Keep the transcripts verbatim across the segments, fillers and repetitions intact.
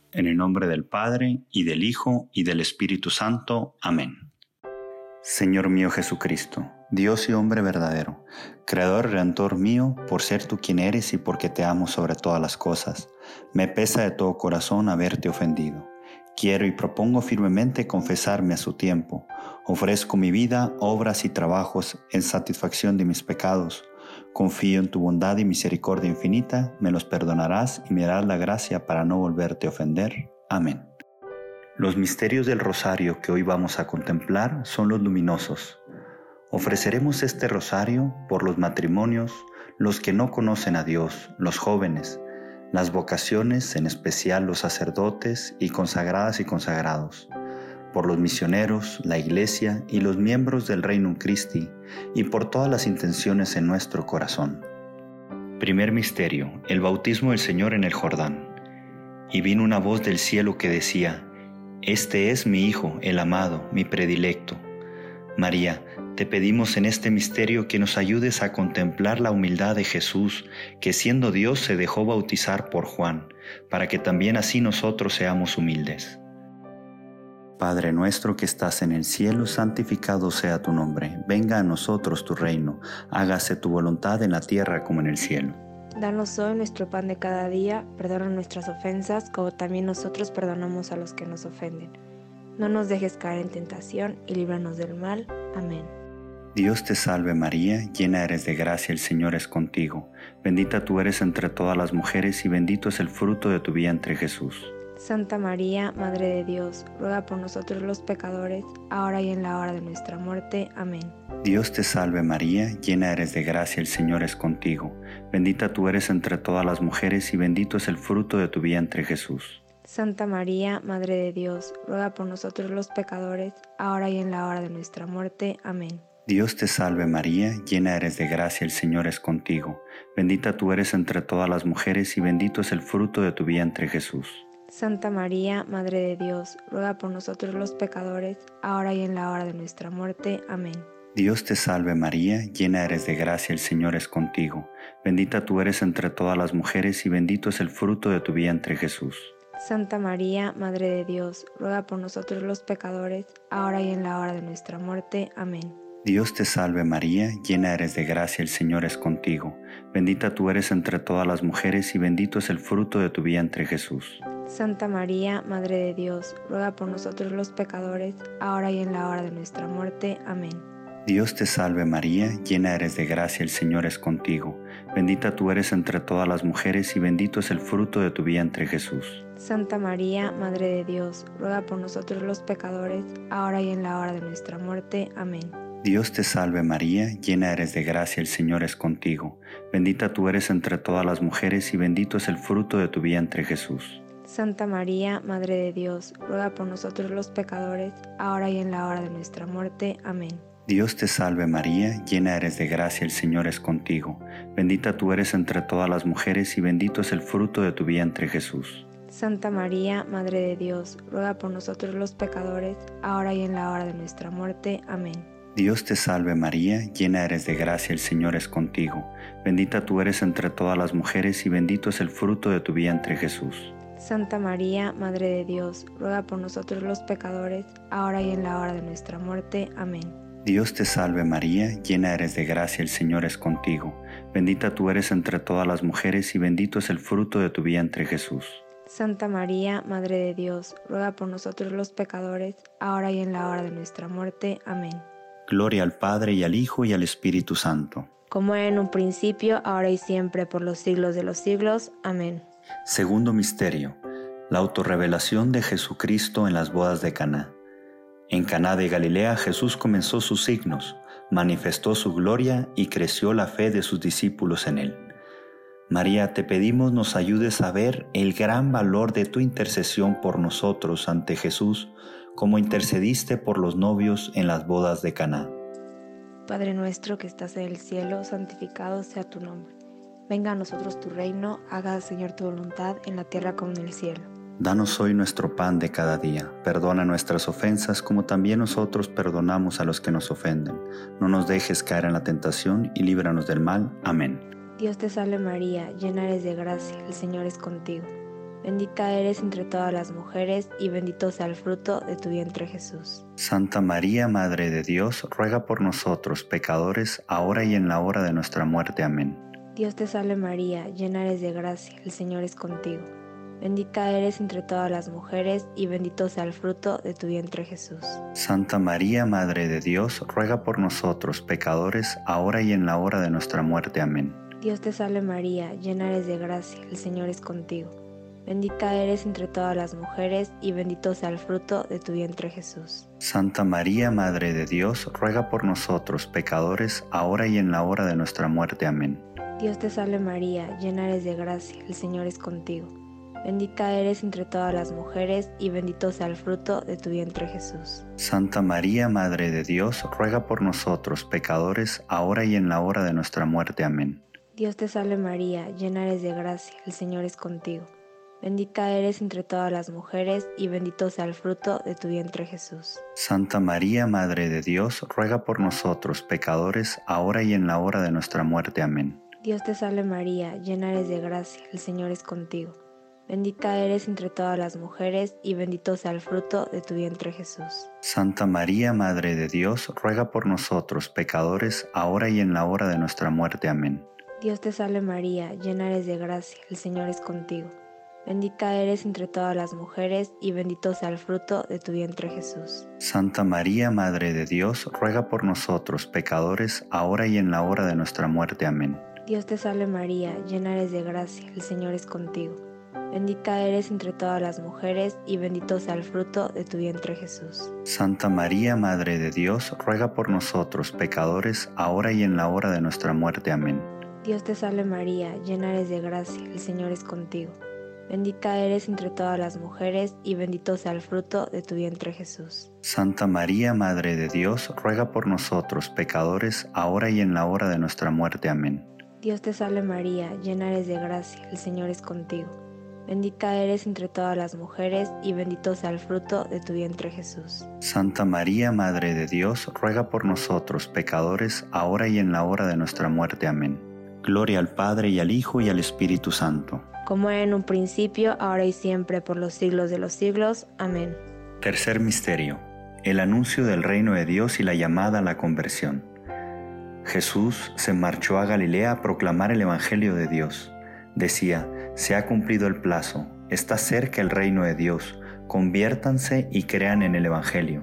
En el nombre del Padre, y del Hijo, y del Espíritu Santo. Amén. Señor mío Jesucristo, Dios y hombre verdadero, Creador y Redentor mío, por ser tú quien eres y porque te amo sobre todas las cosas, me pesa de todo corazón haberte ofendido. Quiero y propongo firmemente confesarme a su tiempo. Ofrezco mi vida, obras y trabajos en satisfacción de mis pecados. Confío en tu bondad y misericordia infinita, me los perdonarás y me darás la gracia para no volverte a ofender. Amén. Los misterios del rosario que hoy vamos a contemplar son los luminosos. Ofreceremos este rosario por los matrimonios, los que no conocen a Dios, los jóvenes, las vocaciones, en especial los sacerdotes y consagradas y consagrados, por los misioneros, la Iglesia y los miembros del Reino Christi, y por todas las intenciones en nuestro corazón. Primer misterio, el bautismo del Señor en el Jordán. Y vino una voz del cielo que decía: Este es mi Hijo, el amado, mi predilecto. María, te pedimos en este misterio que nos ayudes a contemplar la humildad de Jesús, que siendo Dios se dejó bautizar por Juan, para que también así nosotros seamos humildes. Padre nuestro que estás en el cielo, santificado sea tu nombre. Venga a nosotros tu reino. Hágase tu voluntad en la tierra como en el cielo. Danos hoy nuestro pan de cada día. Perdona nuestras ofensas, como también nosotros perdonamos a los que nos ofenden. No nos dejes caer en tentación y líbranos del mal. Amén. Dios te salve María, llena eres de gracia, el Señor es contigo. Bendita tú eres entre todas las mujeres y bendito es el fruto de tu vientre Jesús. Santa María, Madre de Dios, ruega por nosotros los pecadores, ahora y en la hora de nuestra muerte. Amén. Dios te salve María, llena eres de gracia, el Señor es contigo. Bendita tú eres entre todas las mujeres y bendito es el fruto de tu vientre Jesús. Santa María, Madre de Dios, ruega por nosotros los pecadores, ahora y en la hora de nuestra muerte. Amén. Dios te salve María, llena eres de gracia, el Señor es contigo. Bendita tú eres entre todas las mujeres y bendito es el fruto de tu vientre Jesús. Santa María, Madre de Dios, ruega por nosotros los pecadores, ahora y en la hora de nuestra muerte. Amén. Dios te salve María, llena eres de gracia, el Señor es contigo. Bendita tú eres entre todas las mujeres y bendito es el fruto de tu vientre Jesús. Santa María, Madre de Dios, ruega por nosotros los pecadores, ahora y en la hora de nuestra muerte. Amén. Dios te salve María, llena eres de gracia, el Señor es contigo. Bendita tú eres entre todas las mujeres y bendito es el fruto de tu vientre Jesús. Santa María, Madre de Dios, ruega por nosotros los pecadores, ahora y en la hora de nuestra muerte. Amén. Dios te salve María, llena eres de gracia, el Señor es contigo. Bendita tú eres entre todas las mujeres y bendito es el fruto de tu vientre Jesús. Santa María, Madre de Dios, ruega por nosotros los pecadores, ahora y en la hora de nuestra muerte. Amén. Dios te salve María, llena eres de gracia, el Señor es contigo. Bendita tú eres entre todas las mujeres y bendito es el fruto de tu vientre Jesús. Santa María, Madre de Dios, ruega por nosotros los pecadores, ahora y en la hora de nuestra muerte. Amén. Dios te salve María, llena eres de gracia, el Señor es contigo. Bendita tú eres entre todas las mujeres y bendito es el fruto de tu vientre Jesús. Santa María, Madre de Dios, ruega por nosotros los pecadores, ahora y en la hora de nuestra muerte. Amén. Dios te salve María, llena eres de gracia, el Señor es contigo. Bendita tú eres entre todas las mujeres y bendito es el fruto de tu vientre Jesús. Santa María, Madre de Dios, ruega por nosotros los pecadores, ahora y en la hora de nuestra muerte. Amén. Dios te salve María, llena eres de gracia, el Señor es contigo. Bendita tú eres entre todas las mujeres y bendito es el fruto de tu vientre Jesús. Santa María, Madre de Dios, ruega por nosotros los pecadores, ahora y en la hora de nuestra muerte. Amén. Gloria al Padre y al Hijo y al Espíritu Santo. Como era en un principio, ahora y siempre, por los siglos de los siglos. Amén. Segundo misterio, la autorrevelación de Jesucristo en las bodas de Caná. En Caná de Galilea Jesús comenzó sus signos, manifestó su gloria y creció la fe de sus discípulos en él. María, te pedimos nos ayudes a ver el gran valor de tu intercesión por nosotros ante Jesús, como intercediste por los novios en las bodas de Caná. Padre nuestro que estás en el cielo, santificado sea tu nombre. Venga a nosotros tu reino, haga, Señor, tu voluntad en la tierra como en el cielo. Danos hoy nuestro pan de cada día. Perdona nuestras ofensas como también nosotros perdonamos a los que nos ofenden. No nos dejes caer en la tentación y líbranos del mal. Amén. Dios te salve María, llena eres de gracia, el Señor es contigo. Bendita eres entre todas las mujeres, y bendito sea el fruto de tu vientre Jesús. Santa María, Madre de Dios, ruega por nosotros pecadores, ahora y en la hora de nuestra muerte. Amén. Dios te salve María, llena eres de gracia, el Señor es contigo. Bendita eres entre todas las mujeres, y bendito sea el fruto de tu vientre Jesús. Santa María, Madre de Dios, ruega por nosotros pecadores, ahora y en la hora de nuestra muerte. Amén. Dios te salve María, llena eres de gracia, el Señor es contigo. Bendita eres entre todas las mujeres, y bendito sea el fruto de tu vientre Jesús. Santa María, Madre de Dios, ruega por nosotros pecadores, ahora y en la hora de nuestra muerte. Amén. Dios te salve María, llena eres de gracia, el Señor es contigo. Bendita eres entre todas las mujeres, y bendito sea el fruto de tu vientre Jesús. Santa María, Madre de Dios, ruega por nosotros pecadores, ahora y en la hora de nuestra muerte. Amén. Dios te salve María, llena eres de gracia, el Señor es contigo. Bendita eres entre todas las mujeres, y bendito sea el fruto de tu vientre Jesús. Santa María, Madre de Dios, ruega por nosotros pecadores, ahora y en la hora de nuestra muerte. Amén. Dios te salve María, llena eres de gracia, el Señor es contigo. Bendita eres entre todas las mujeres, y bendito sea el fruto de tu vientre Jesús. Santa María, Madre de Dios, ruega por nosotros pecadores, ahora y en la hora de nuestra muerte. Amén. Dios te salve María, llena eres de gracia, el Señor es contigo. Bendita eres entre todas las mujeres, y bendito sea el fruto de tu vientre Jesús. Santa María, Madre de Dios, ruega por nosotros pecadores, ahora y en la hora de nuestra muerte. Amén. Dios te salve María, llena eres de gracia, el Señor es contigo. Bendita eres entre todas las mujeres, y bendito sea el fruto de tu vientre Jesús. Santa María, Madre de Dios, ruega por nosotros pecadores, ahora y en la hora de nuestra muerte. Amén. Dios te salve María, llena eres de gracia, el Señor es contigo. Bendita eres entre todas las mujeres, y bendito sea el fruto de tu vientre Jesús. Santa María, Madre de Dios, ruega por nosotros pecadores, ahora y en la hora de nuestra muerte. Amén. Dios te salve María, llena eres de gracia, el Señor es contigo. Bendita eres entre todas las mujeres, y bendito sea el fruto de tu vientre Jesús. Santa María, Madre de Dios, ruega por nosotros pecadores, ahora y en la hora de nuestra muerte. Amén. Gloria al Padre, y al Hijo, y al Espíritu Santo. Como era en un principio, ahora y siempre, por los siglos de los siglos. Amén. Tercer misterio: el anuncio del reino de Dios y la llamada a la conversión. Jesús se marchó a Galilea a proclamar el Evangelio de Dios. Decía: se ha cumplido el plazo, está cerca el reino de Dios, conviértanse y crean en el Evangelio.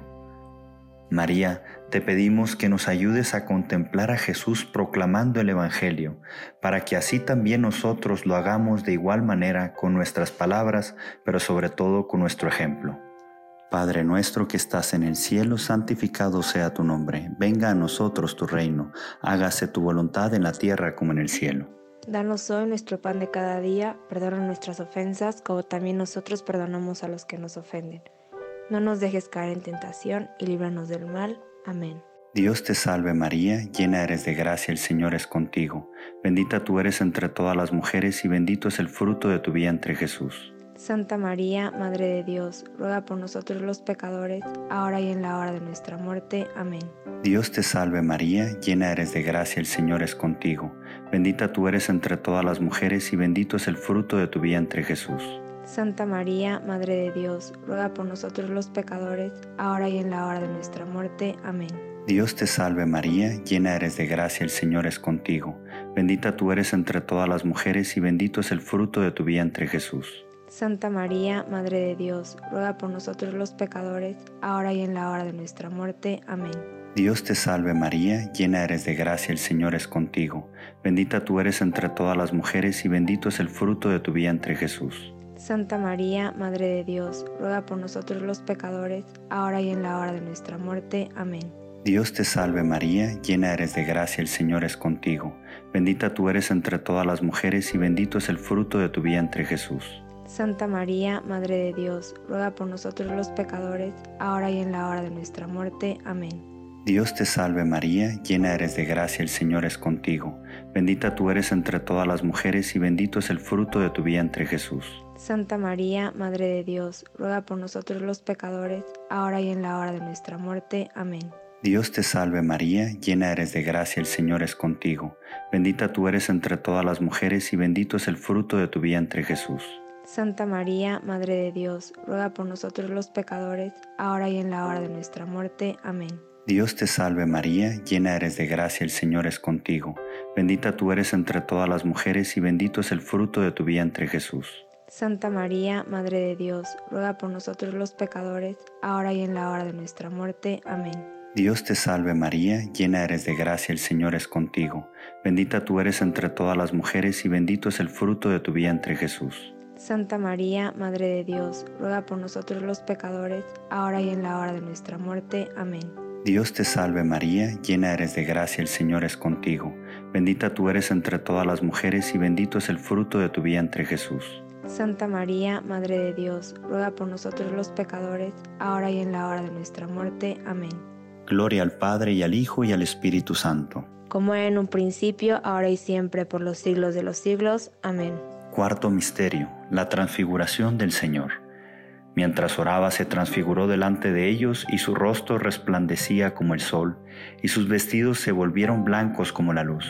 María, te pedimos que nos ayudes a contemplar a Jesús proclamando el Evangelio, para que así también nosotros lo hagamos de igual manera con nuestras palabras, pero sobre todo con nuestro ejemplo. Padre nuestro que estás en el cielo, santificado sea tu nombre. Venga a nosotros tu reino. Hágase tu voluntad en la tierra como en el cielo. Danos hoy nuestro pan de cada día. Perdona nuestras ofensas, como también nosotros perdonamos a los que nos ofenden. No nos dejes caer en tentación, y líbranos del mal. Amén. Dios te salve María, llena eres de gracia, el Señor es contigo. Bendita tú eres entre todas las mujeres, y bendito es el fruto de tu vientre Jesús. Santa María, Madre de Dios, ruega por nosotros los pecadores, ahora y en la hora de nuestra muerte. Amén. Dios te salve María, llena eres de gracia, el Señor es contigo. Bendita tú eres entre todas las mujeres, y bendito es el fruto de tu vientre Jesús. Santa María, Madre de Dios, ruega por nosotros los pecadores, ahora y en la hora de nuestra muerte. Amén. Dios te salve María, llena eres de gracia, el Señor es contigo. Bendita tú eres entre todas las mujeres, y bendito es el fruto de tu vientre Jesús. Santa María, Madre de Dios, ruega por nosotros los pecadores, ahora y en la hora de nuestra muerte. Amén. Dios te salve María, llena eres de gracia, el Señor es contigo. Bendita tú eres entre todas las mujeres, y bendito es el fruto de tu vientre Jesús. Santa María, Madre de Dios, ruega por nosotros los pecadores, ahora y en la hora de nuestra muerte. Amén. Dios te salve María, llena eres de gracia, el Señor es contigo. Bendita tú eres entre todas las mujeres, y bendito es el fruto de tu vientre Jesús. Santa María, Madre de Dios, ruega por nosotros los pecadores, ahora y en la hora de nuestra muerte. Amén. Dios te salve María, llena eres de gracia, el Señor es contigo. Bendita tú eres entre todas las mujeres, y bendito es el fruto de tu vientre Jesús. Santa María, Madre de Dios, ruega por nosotros los pecadores, ahora y en la hora de nuestra muerte. Amén. Dios te salve María, llena eres de gracia, el Señor es contigo. Bendita tú eres entre todas las mujeres, y bendito es el fruto de tu vientre Jesús. Santa María, Madre de Dios, ruega por nosotros los pecadores, ahora y en la hora de nuestra muerte. Amén. Dios te salve María, llena eres de gracia, el Señor es contigo. Bendita tú eres entre todas las mujeres y bendito es el fruto de tu vientre Jesús. Santa María, Madre de Dios, ruega por nosotros los pecadores, ahora y en la hora de nuestra muerte. Amén. Dios te salve María, llena eres de gracia, el Señor es contigo. Bendita tú eres entre todas las mujeres y bendito es el fruto de tu vientre Jesús. Santa María, Madre de Dios, ruega por nosotros los pecadores, ahora y en la hora de nuestra muerte. Amén. Dios te salve María, llena eres de gracia, el Señor es contigo. Bendita tú eres entre todas las mujeres y bendito es el fruto de tu vientre Jesús. Santa María, Madre de Dios, ruega por nosotros los pecadores, ahora y en la hora de nuestra muerte. Amén. Gloria al Padre y al Hijo y al Espíritu Santo. Como era en un principio, ahora y siempre, por los siglos de los siglos. Amén. Cuarto misterio, la transfiguración del Señor. Mientras oraba se transfiguró delante de ellos y su rostro resplandecía como el sol y sus vestidos se volvieron blancos como la luz.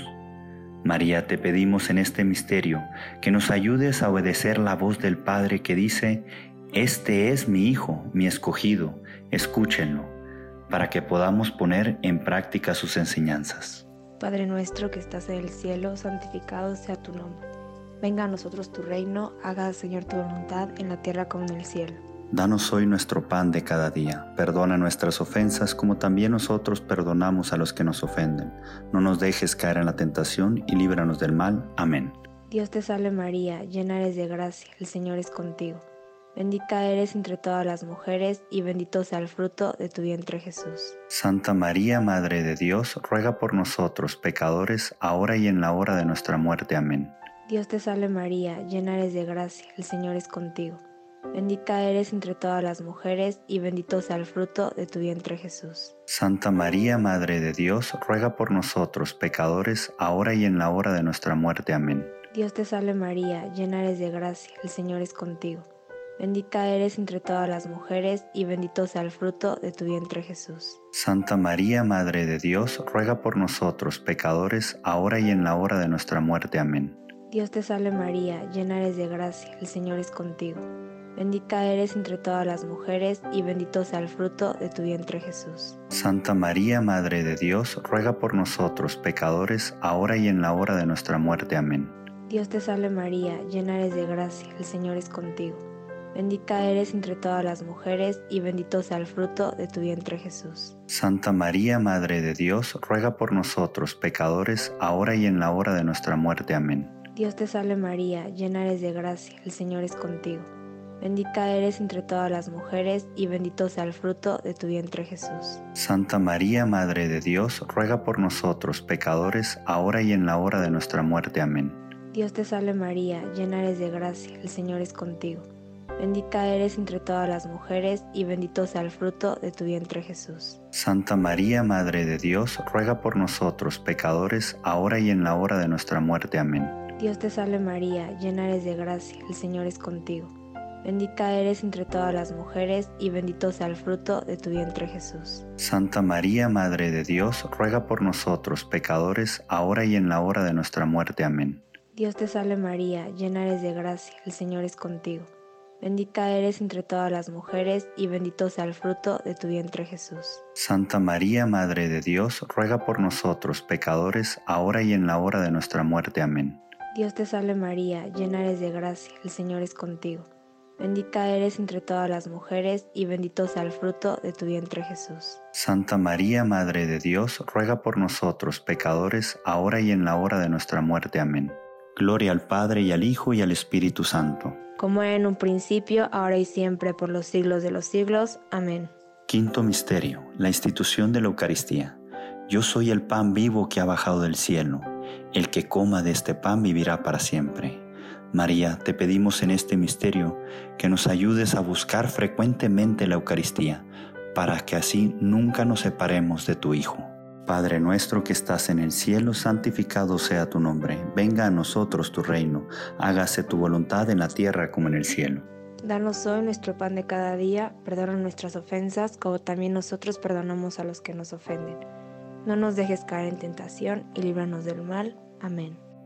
María, te pedimos en este misterio que nos ayudes a obedecer la voz del Padre que dice: Este es mi Hijo, mi escogido, escúchenlo, para que podamos poner en práctica sus enseñanzas. Padre nuestro que estás en el cielo, santificado sea tu nombre. Venga a nosotros tu reino, haga, Señor, tu voluntad en la tierra como en el cielo. Danos hoy nuestro pan de cada día. Perdona nuestras ofensas como también nosotros perdonamos a los que nos ofenden. No nos dejes caer en la tentación y líbranos del mal. Amén. Dios te salve María, llena eres de gracia, el Señor es contigo. Bendita eres entre todas las mujeres y bendito sea el fruto de tu vientre Jesús. Santa María, Madre de Dios, ruega por nosotros pecadores, ahora y en la hora de nuestra muerte. Amén. Dios te salve María, llena eres de gracia, el Señor es contigo. Bendita eres entre todas las mujeres y bendito sea el fruto de tu vientre Jesús. Santa María, Madre de Dios, ruega por nosotros pecadores, ahora y en la hora de nuestra muerte. Amén. Dios te salve María, llena eres de gracia, el Señor es contigo. Bendita eres entre todas las mujeres y bendito sea el fruto de tu vientre Jesús. Santa María, Madre de Dios, ruega por nosotros pecadores, ahora y en la hora de nuestra muerte. Amén. Dios te salve María, llena eres de gracia, el Señor es contigo. Bendita eres entre todas las mujeres y bendito sea el fruto de tu vientre Jesús. Santa María, Madre de Dios, ruega por nosotros pecadores, ahora y en la hora de nuestra muerte. Amén. Dios te salve María, llena eres de gracia, el Señor es contigo. Bendita eres entre todas las mujeres y bendito sea el fruto de tu vientre Jesús. Santa María, Madre de Dios, ruega por nosotros pecadores, ahora y en la hora de nuestra muerte. Amén. Dios te salve María, llena eres de gracia, el Señor es contigo. Bendita eres entre todas las mujeres y bendito sea el fruto de tu vientre Jesús. Santa María, Madre de Dios, ruega por nosotros pecadores, ahora y en la hora de nuestra muerte. Amén. Dios te salve María, llena eres de gracia, el Señor es contigo. Bendita eres entre todas las mujeres y bendito sea el fruto de tu vientre Jesús. Santa María, Madre de Dios, ruega por nosotros pecadores, ahora y en la hora de nuestra muerte. Amén. Dios te salve María, llena eres de gracia, el Señor es contigo. Bendita eres entre todas las mujeres y bendito sea el fruto de tu vientre Jesús. Santa María, Madre de Dios, ruega por nosotros pecadores, ahora y en la hora de nuestra muerte. Amén. Dios te salve María, llena eres de gracia, el Señor es contigo. Bendita eres entre todas las mujeres y bendito sea el fruto de tu vientre Jesús. Santa María, Madre de Dios, ruega por nosotros pecadores, ahora y en la hora de nuestra muerte. Amén. Dios te salve María, llena eres de gracia, el Señor es contigo. Bendita eres entre todas las mujeres y bendito sea el fruto de tu vientre Jesús. Santa María, Madre de Dios, ruega por nosotros pecadores, ahora y en la hora de nuestra muerte. Amén. Gloria al Padre y al Hijo y al Espíritu Santo. Como era en un principio, ahora y siempre, por los siglos de los siglos. Amén. Quinto misterio, la institución de la Eucaristía. Yo soy el pan vivo que ha bajado del cielo. El que coma de este pan vivirá para siempre. María, te pedimos en este misterio que nos ayudes a buscar frecuentemente la Eucaristía, para que así nunca nos separemos de tu Hijo. Padre nuestro que estás en el cielo, santificado sea tu nombre. Venga a nosotros tu reino. Hágase tu voluntad en la tierra como en el cielo. Danos hoy nuestro pan de cada día. Perdona nuestras ofensas, como también nosotros perdonamos a los que nos ofenden. No nos dejes caer en tentación y líbranos del mal. Amén.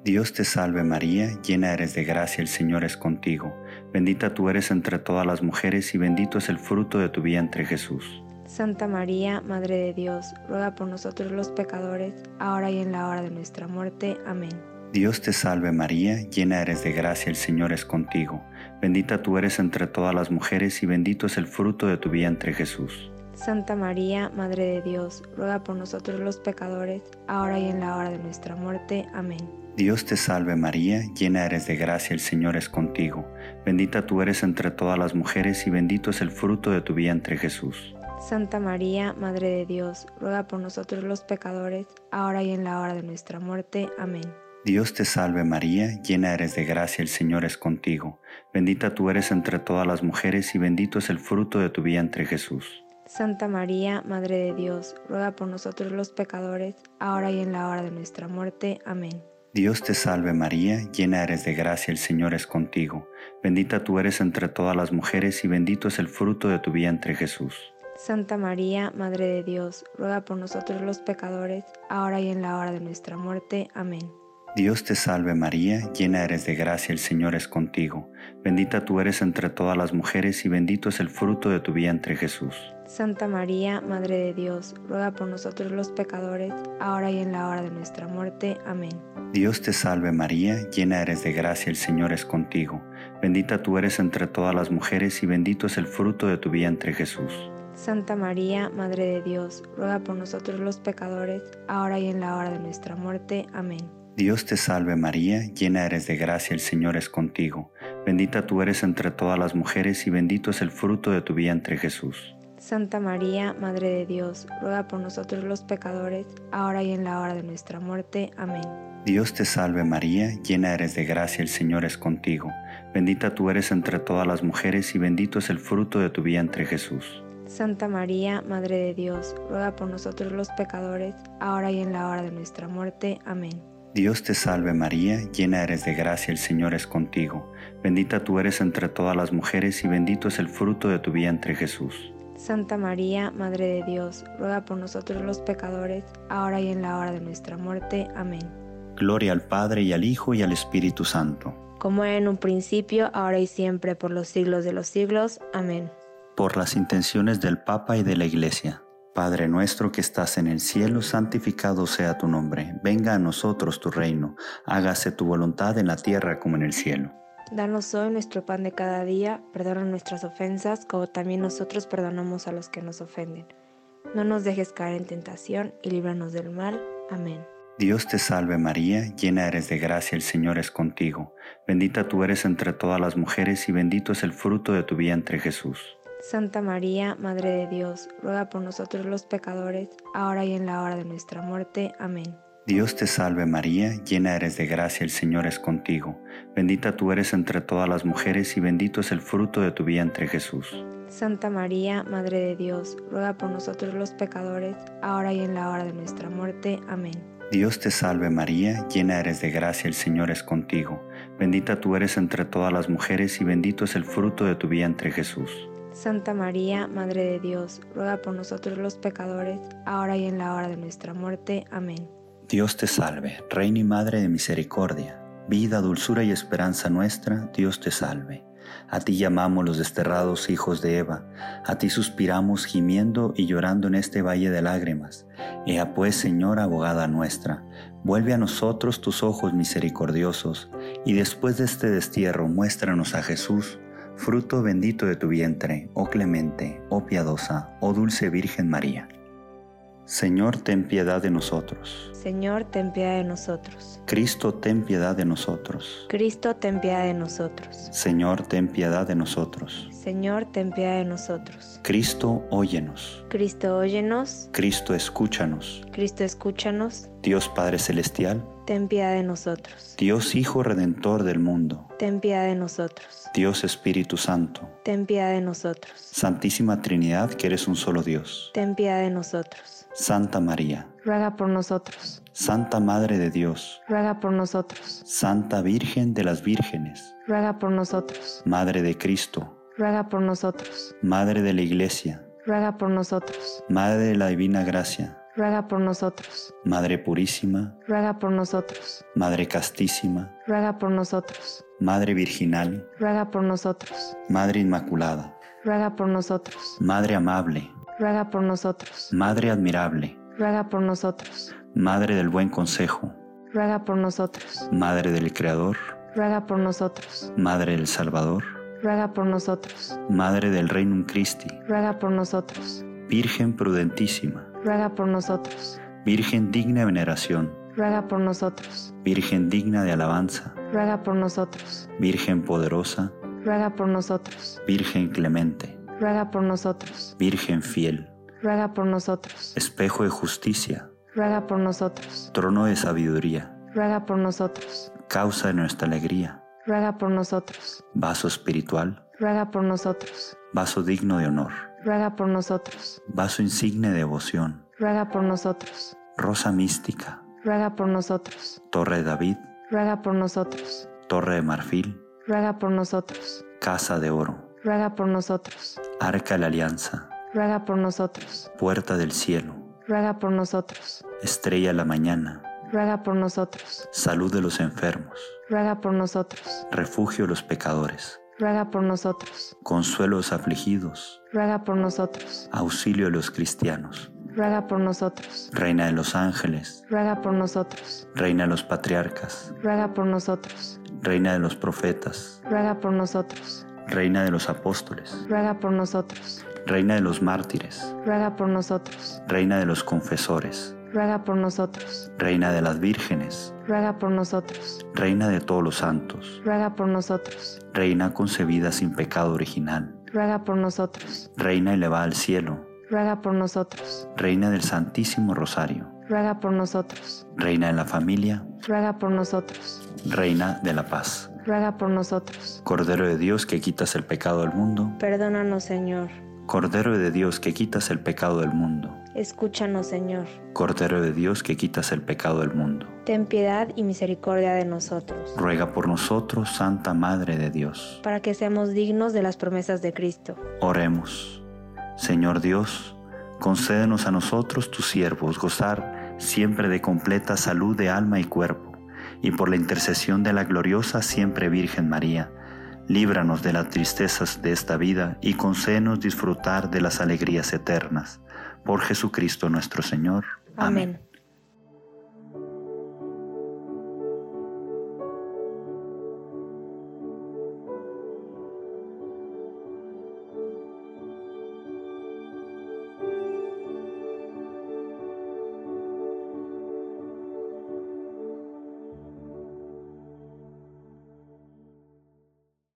Dios te salve María, llena eres de gracia, el Señor es contigo. Bendita tú eres entre todas las mujeres y bendito es el fruto de tu vientre Jesús. Santa María, Madre de Dios, ruega por nosotros los pecadores, ahora y en la hora de nuestra muerte. Amén. Dios te salve María, llena eres de gracia, el Señor es contigo. Bendita tú eres entre todas las mujeres y bendito es el fruto de tu vientre Jesús. Santa María, Madre de Dios, ruega por nosotros los pecadores, ahora y en la hora de nuestra muerte. Amén. Dios te salve María, llena eres de gracia, el Señor es contigo. Bendita tú eres entre todas las mujeres y bendito es el fruto de tu vientre Jesús. Santa María, Madre de Dios, ruega por nosotros los pecadores, ahora y en la hora de nuestra muerte. Amén. Dios te salve María, llena eres de gracia, el Señor es contigo. Bendita tú eres entre todas las mujeres y bendito es el fruto de tu vientre Jesús. Santa María, Madre de Dios, ruega por nosotros los pecadores, ahora y en la hora de nuestra muerte. Amén. Dios te salve María, llena eres de gracia, el Señor es contigo. Bendita tú eres entre todas las mujeres y bendito es el fruto de tu vientre Jesús. Santa María, Madre de Dios, ruega por nosotros los pecadores, ahora y en la hora de nuestra muerte. Amén. Dios te salve María, llena eres de gracia, el Señor es contigo. Bendita tú eres entre todas las mujeres y bendito es el fruto de tu vientre Jesús. Santa María, Madre de Dios, ruega por nosotros los pecadores, ahora y en la hora de nuestra muerte. Amén. Dios te salve María, llena eres de gracia, el Señor es contigo. Bendita tú eres entre todas las mujeres y bendito es el fruto de tu vientre Jesús. Santa María, Madre de Dios, ruega por nosotros los pecadores, ahora y en la hora de nuestra muerte. Amén. Dios te salve María, llena eres de gracia, el Señor es contigo. Bendita tú eres entre todas las mujeres y bendito es el fruto de tu vientre Jesús. Santa María, Madre de Dios, ruega por nosotros los pecadores, ahora y en la hora de nuestra muerte. Amén. Dios te salve María, llena eres de gracia, el Señor es contigo. Bendita tú eres entre todas las mujeres y bendito es el fruto de tu vientre Jesús. Santa María, Madre de Dios, ruega por nosotros los pecadores, ahora y en la hora de nuestra muerte. Amén. Dios te salve María, llena eres de gracia, el Señor es contigo. Bendita tú eres entre todas las mujeres y bendito es el fruto de tu vientre Jesús. Santa María, Madre de Dios, ruega por nosotros los pecadores, ahora y en la hora de nuestra muerte. Amén. Gloria al Padre y al Hijo y al Espíritu Santo. Como era en un principio, ahora y siempre, por los siglos de los siglos. Amén. Por las intenciones del Papa y de la Iglesia. Padre nuestro que estás en el cielo, santificado sea tu nombre. Venga a nosotros tu reino. Hágase tu voluntad en la tierra como en el cielo. Danos hoy nuestro pan de cada día. Perdona nuestras ofensas, como también nosotros perdonamos a los que nos ofenden. No nos dejes caer en tentación y líbranos del mal. Amén. Dios te salve María, llena eres de gracia, el Señor es contigo. Bendita tú eres entre todas las mujeres y bendito es el fruto de tu vientre Jesús. Santa María, Madre de Dios, ruega por nosotros los pecadores, ahora y en la hora de nuestra muerte. Amén. Dios te salve María, llena eres de gracia, el Señor es contigo. Bendita tú eres entre todas las mujeres y bendito es el fruto de tu vientre Jesús. Santa María, Madre de Dios, ruega por nosotros los pecadores, ahora y en la hora de nuestra muerte. Amén. Dios te salve María, llena eres de gracia, el Señor es contigo. Bendita tú eres entre todas las mujeres y bendito es el fruto de tu vientre Jesús. Santa María, Madre de Dios, ruega por nosotros los pecadores, ahora y en la hora de nuestra muerte. Amén. Dios te salve, Reina y Madre de misericordia, vida, dulzura y esperanza nuestra, Dios te salve. A ti llamamos los desterrados hijos de Eva, a ti suspiramos gimiendo y llorando en este valle de lágrimas. Ea pues, Señora, abogada nuestra, vuelve a nosotros tus ojos misericordiosos, y después de este destierro muéstranos a Jesús, fruto bendito de tu vientre, oh clemente, oh piadosa, oh dulce Virgen María. Señor, ten piedad de nosotros. Señor, ten piedad de nosotros. Cristo, ten piedad de nosotros. Cristo, ten piedad de nosotros. Señor, ten piedad de nosotros. Señor, ten piedad de nosotros. Cristo, óyenos. Cristo, óyenos. Cristo, escúchanos. Cristo, escúchanos. Dios Padre Celestial, ten piedad de nosotros. Dios Hijo Redentor del mundo, ten piedad de nosotros. Dios Espíritu Santo, ten piedad de nosotros. Santísima Trinidad, que eres un solo Dios. ten piedad de nosotros. Santa María, ruega por nosotros. Santa Madre de Dios, ruega por nosotros. Santa Virgen de las Vírgenes, ruega por nosotros. Madre de Cristo, ruega por nosotros. Madre de la Iglesia, ruega por nosotros. Madre de la Divina Gracia, ruega por nosotros. Madre purísima, Ruega por nosotros. Madre castísima, Ruega por nosotros. Madre virginal, Ruega por nosotros. Madre inmaculada, Ruega por nosotros. Madre amable, Ruega por nosotros. Madre admirable, Ruega por nosotros. Madre del buen consejo, Ruega por nosotros. Madre del Creador, Ruega por nosotros. Madre del Salvador, Ruega por nosotros. Madre del Regnum Christi, Ruega por nosotros. Virgen prudentísima, Ruega por nosotros. Virgen digna de veneración, Ruega por nosotros. Virgen digna de alabanza, Ruega por nosotros. Virgen poderosa, Ruega por nosotros. Virgen clemente, Ruega por nosotros. Virgen fiel, Ruega por nosotros. espejo de justicia, Ruega por nosotros. trono de sabiduría, Ruega por nosotros. causa de nuestra alegría, Ruega por nosotros. vaso espiritual, Ruega por nosotros. vaso digno de honor, Ruega por nosotros. vaso insigne de devoción, Ruega por nosotros. rosa mística, Ruega por nosotros. torre de David, Ruega por nosotros. torre de marfil, Ruega por nosotros. casa de oro, Ruega por nosotros. arca de la alianza, Ruega por nosotros. puerta del cielo, Ruega por nosotros. estrella de la mañana, Ruega por nosotros. salud de los enfermos, Ruega por nosotros. refugio de los pecadores, Ruega por nosotros. consuelo de los afligidos, Ruega por nosotros. auxilio de los cristianos, Ruega por nosotros. reina de los ángeles, Ruega por nosotros. reina de los patriarcas, Ruega por nosotros. reina de los profetas, Ruega por nosotros. reina de los apóstoles, Ruega por nosotros. reina de los mártires, Ruega por nosotros. reina de los confesores, Ruega por nosotros. reina de las vírgenes, Ruega por nosotros. reina de todos los santos, Ruega por nosotros. reina concebida sin pecado original, Ruega por nosotros. reina elevada al cielo, Ruega por nosotros. reina del Santísimo Rosario, Ruega por nosotros. reina de la familia, Ruega por nosotros. reina de la paz. Ruega por nosotros. Cordero de Dios que quitas el pecado del mundo, Perdónanos, Señor. Cordero de Dios que quitas el pecado del mundo, Escúchanos, Señor. Cordero de Dios que quitas el pecado del mundo. Ten piedad y misericordia de nosotros, Ruega por nosotros, Santa Madre de Dios. para que seamos dignos de las promesas de Cristo. Oremos. Señor Dios, concédenos a nosotros, tus siervos, gozar siempre de completa salud de alma y cuerpo, y por la intercesión de la gloriosa siempre Virgen María, líbranos de las tristezas de esta vida y concédenos disfrutar de las alegrías eternas. Por Jesucristo nuestro Señor. Amén.